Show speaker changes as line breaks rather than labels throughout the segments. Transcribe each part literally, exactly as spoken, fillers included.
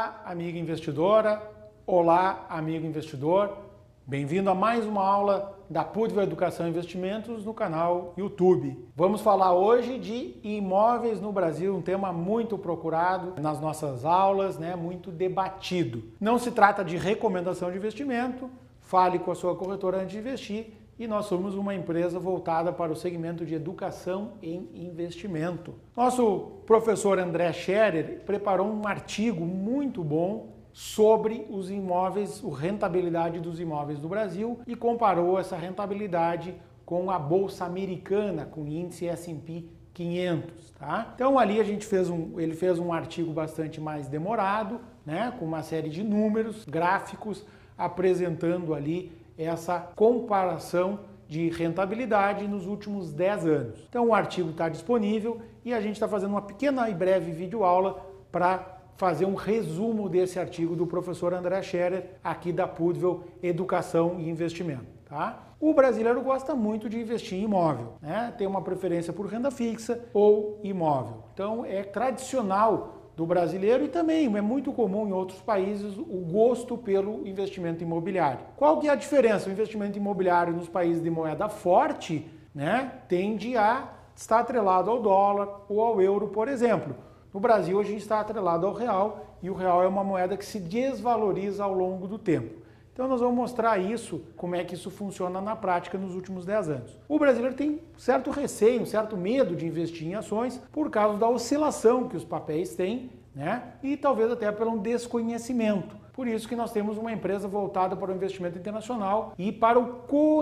Olá, amiga investidora, olá, amigo investidor. Bem-vindo a mais uma aula da Pudvel Educação e Investimentos no canal YouTube. Vamos falar hoje de imóveis no Brasil, um tema muito procurado nas nossas aulas, né? Muito debatido. Não se trata de recomendação de investimento, fale com a sua corretora antes de investir. E nós somos uma empresa voltada para o segmento de educação em investimento. Nosso professor André Scherer preparou um artigo muito bom sobre os imóveis, a rentabilidade dos imóveis do Brasil e comparou essa rentabilidade com a Bolsa Americana, com o índice S and P quinhentos, tá? Então ali a gente fez um, ele fez um artigo bastante mais demorado, né, com uma série de números, gráficos, apresentando ali essa comparação de rentabilidade nos últimos dez anos. Então o artigo está disponível e a gente está fazendo uma pequena e breve videoaula para fazer um resumo desse artigo do professor André Scherer, aqui da Pudvel Educação e Investimento. Tá? O brasileiro gosta muito de investir em imóvel, né? Tem uma preferência por renda fixa ou imóvel. Então é tradicional do brasileiro e também é muito comum em outros países o gosto pelo investimento imobiliário. Qual que é a diferença? O investimento imobiliário nos países de moeda forte, né, tende a estar atrelado ao dólar ou ao euro, por exemplo. No Brasil a gente está atrelado ao real e o real é uma moeda que se desvaloriza ao longo do tempo. Então nós vamos mostrar isso, como é que isso funciona na prática nos últimos dez anos. O brasileiro tem certo receio, um certo medo de investir em ações por causa da oscilação que os papéis têm, né? E talvez até pelo desconhecimento. Por isso que nós temos uma empresa voltada para o investimento internacional e para o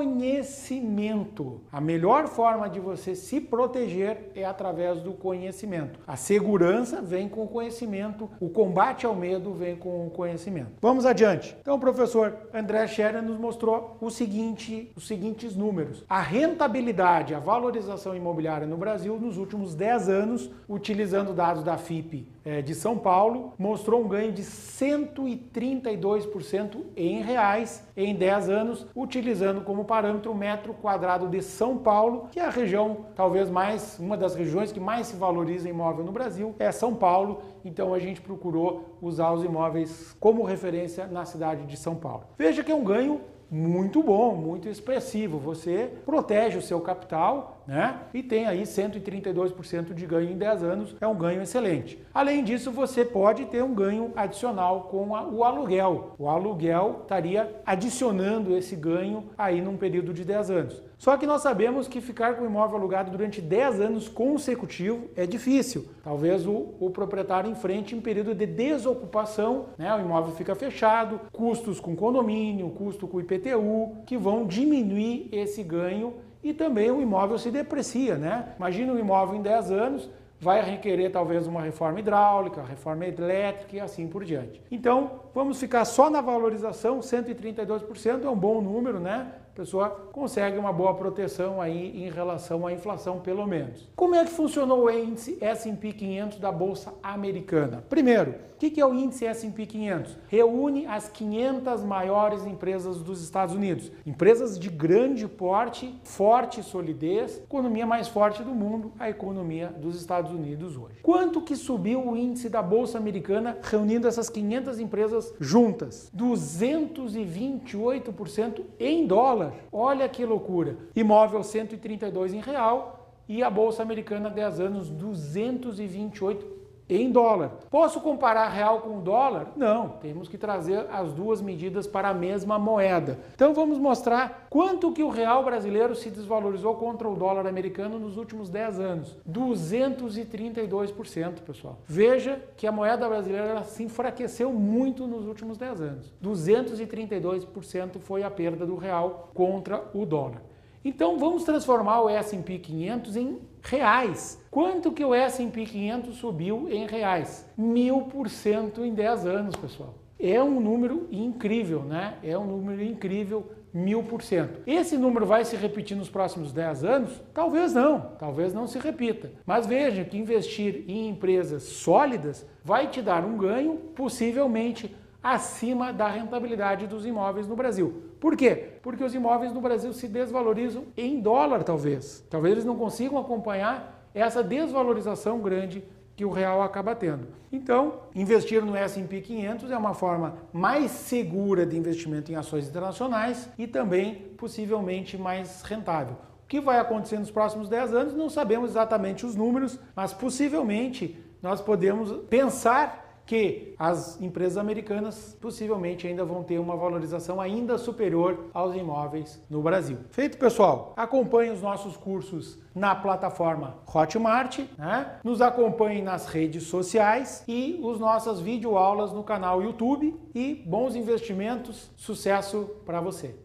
conhecimento. A melhor forma de você se proteger é através do conhecimento. A segurança vem com o conhecimento, o combate ao medo vem com o conhecimento. Vamos adiante. Então o professor André Scherer nos mostrou o seguinte, os seguintes números. A rentabilidade, a valorização imobiliária no Brasil nos últimos dez anos, utilizando dados da F I P eh, de São Paulo, mostrou um ganho de cento e trinta e dois por cento em reais em dez anos, utilizando como parâmetro o metro quadrado de São Paulo, que é a região, talvez mais, uma das regiões que mais se valoriza imóvel no Brasil, é São Paulo, então a gente procurou usar os imóveis como referência na cidade de São Paulo. Veja que é um ganho muito bom, muito expressivo. Você protege o seu capital, né? E tem aí cento e trinta e dois por cento de ganho em dez anos, é um ganho excelente. Além disso, você pode ter um ganho adicional com a, o aluguel. O aluguel estaria adicionando esse ganho aí num período de dez anos. Só que nós sabemos que ficar com o imóvel alugado durante dez anos consecutivos é difícil. Talvez o, o proprietário enfrente em período de desocupação, né? O imóvel fica fechado, custos com condomínio, custo com I P T U, que vão diminuir esse ganho e também o imóvel se deprecia, né? Imagina um imóvel em dez anos, vai requerer talvez uma reforma hidráulica, reforma elétrica e assim por diante. Então, vamos ficar só na valorização, cento e trinta e dois por cento é um bom número, né? A pessoa consegue uma boa proteção aí em relação à inflação, pelo menos. Como é que funcionou o índice S and P quinhentos da Bolsa Americana? Primeiro, o que é o índice S and P quinhentos? Reúne as quinhentas maiores empresas dos Estados Unidos. Empresas de grande porte, forte solidez, economia mais forte do mundo, a economia dos Estados Unidos hoje. Quanto que subiu o índice da Bolsa Americana reunindo essas quinhentas empresas juntas? duzentos e vinte e oito por cento em dólar. Olha que loucura. Imóvel cento e trinta e dois em real e a Bolsa Americana dez anos duzentos e vinte e oito em dólar. Posso comparar real com dólar? Não, temos que trazer as duas medidas para a mesma moeda. Então vamos mostrar quanto que o real brasileiro se desvalorizou contra o dólar americano nos últimos dez anos. duzentos e trinta e dois por cento, pessoal. Veja que a moeda brasileira ela se enfraqueceu muito nos últimos dez anos. duzentos e trinta e dois por cento foi a perda do real contra o dólar. Então vamos transformar o S and P quinhentos em reais. Quanto que o S and P quinhentos subiu em reais? Mil por cento em dez anos, pessoal. É um número incrível, né? É um número incrível, mil por cento. Esse número vai se repetir nos próximos dez anos? Talvez não, talvez não se repita. Mas veja que investir em empresas sólidas vai te dar um ganho, possivelmente acima da rentabilidade dos imóveis no Brasil. Por quê? Porque os imóveis no Brasil se desvalorizam em dólar, talvez. Talvez eles não consigam acompanhar essa desvalorização grande que o real acaba tendo. Então, investir no S e P quinhentos é uma forma mais segura de investimento em ações internacionais e também possivelmente mais rentável. O que vai acontecer nos próximos dez anos, não sabemos exatamente os números, mas possivelmente nós podemos pensar que as empresas americanas possivelmente ainda vão ter uma valorização ainda superior aos imóveis no Brasil. Feito, pessoal? Acompanhe os nossos cursos na plataforma Hotmart, né? Nos acompanhe nas redes sociais e as nossas videoaulas no canal YouTube e bons investimentos, sucesso para você!